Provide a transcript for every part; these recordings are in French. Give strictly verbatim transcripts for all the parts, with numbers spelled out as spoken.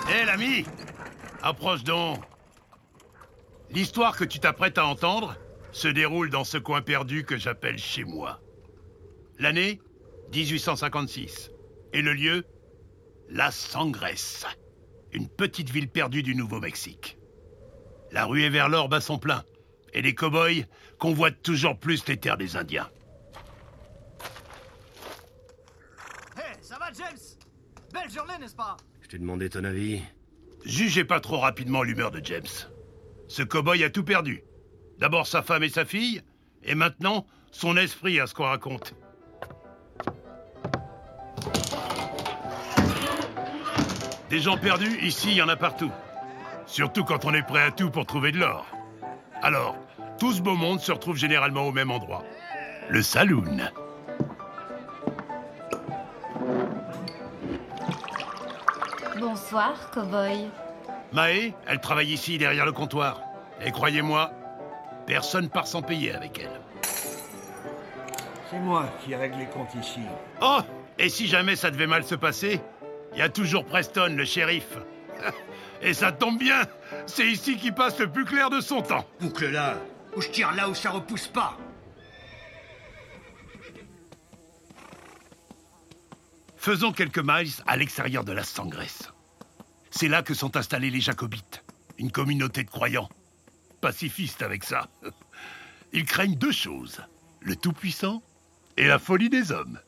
Hé, l'ami! Approche donc. L'histoire que tu t'apprêtes à entendre se déroule dans ce coin perdu que j'appelle chez moi. L'année, dix-huit cent cinquante-six. Et le lieu, La Sangres, une petite ville perdue du Nouveau-Mexique. La ruée vers l'or bat son plein, et les cow-boys convoitent toujours plus les terres des Indiens. Hé, hey, ça va, James? Belle journée, n'est-ce pas? Je t'ai demandé ton avis. Jugez pas trop rapidement l'humeur de James. Ce cow-boy a tout perdu. D'abord sa femme et sa fille, et maintenant son esprit à ce qu'on raconte. Des gens perdus, ici, il y en a partout. Surtout quand on est prêt à tout pour trouver de l'or. Alors, tout ce beau monde se retrouve généralement au même endroit. Le saloon. Bonsoir, cow-boy. Mahé, elle travaille ici, derrière le comptoir. Et croyez-moi, personne part sans payer avec elle. C'est moi qui règle les comptes ici. Oh! Et si jamais ça devait mal se passer, il y a toujours Preston, le shérif. Et ça tombe bien, c'est ici qu'il passe le plus clair de son temps. Boucle-la, ou je tire là où ça repousse pas. Faisons quelques miles à l'extérieur de Las Sangres. C'est là que sont installés les Jacobites, une communauté de croyants. Pacifistes avec ça. Ils craignent deux choses, le Tout-Puissant et la folie des hommes.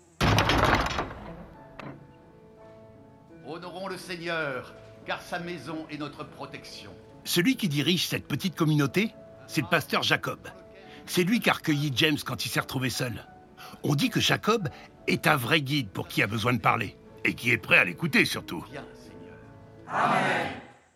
Honorons le Seigneur, car sa maison est notre protection. Celui qui dirige cette petite communauté, c'est le pasteur Jacob. C'est lui qui a recueilli James quand il s'est retrouvé seul. On dit que Jacob est un vrai guide pour qui a besoin de parler, et qui est prêt à l'écouter surtout. Bien, Seigneur. Amen.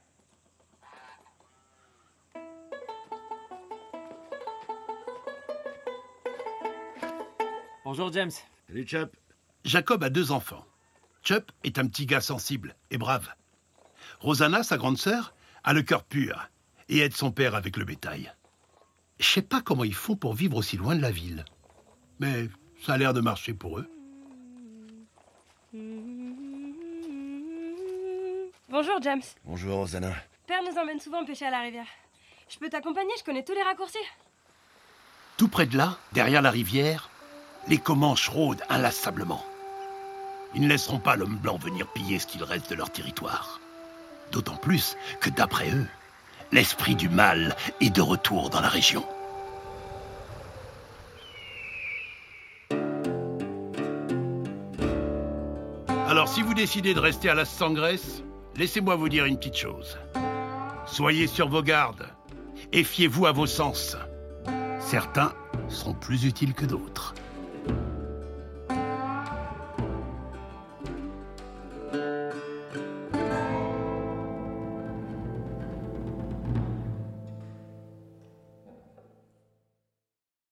Bonjour James. Salut Chup. Jacob a deux enfants. Chup est un petit gars sensible et brave. Rosanna, sa grande sœur, a le cœur pur et aide son père avec le bétail. Je sais pas comment ils font pour vivre aussi loin de la ville. Mais ça a l'air de marcher pour eux. Bonjour James. Bonjour Rosanna. Père nous emmène souvent pêcher à la rivière. Je peux t'accompagner, je connais tous les raccourcis. Tout près de là, derrière la rivière, les Comanches rôdent inlassablement. Ils ne laisseront pas l'homme blanc venir piller ce qu'il reste de leur territoire. D'autant plus que, d'après eux, l'esprit du mal est de retour dans la région. Alors, si vous décidez de rester à Las Sangres, laissez-moi vous dire une petite chose. Soyez sur vos gardes et fiez-vous à vos sens. Certains sont plus utiles que d'autres.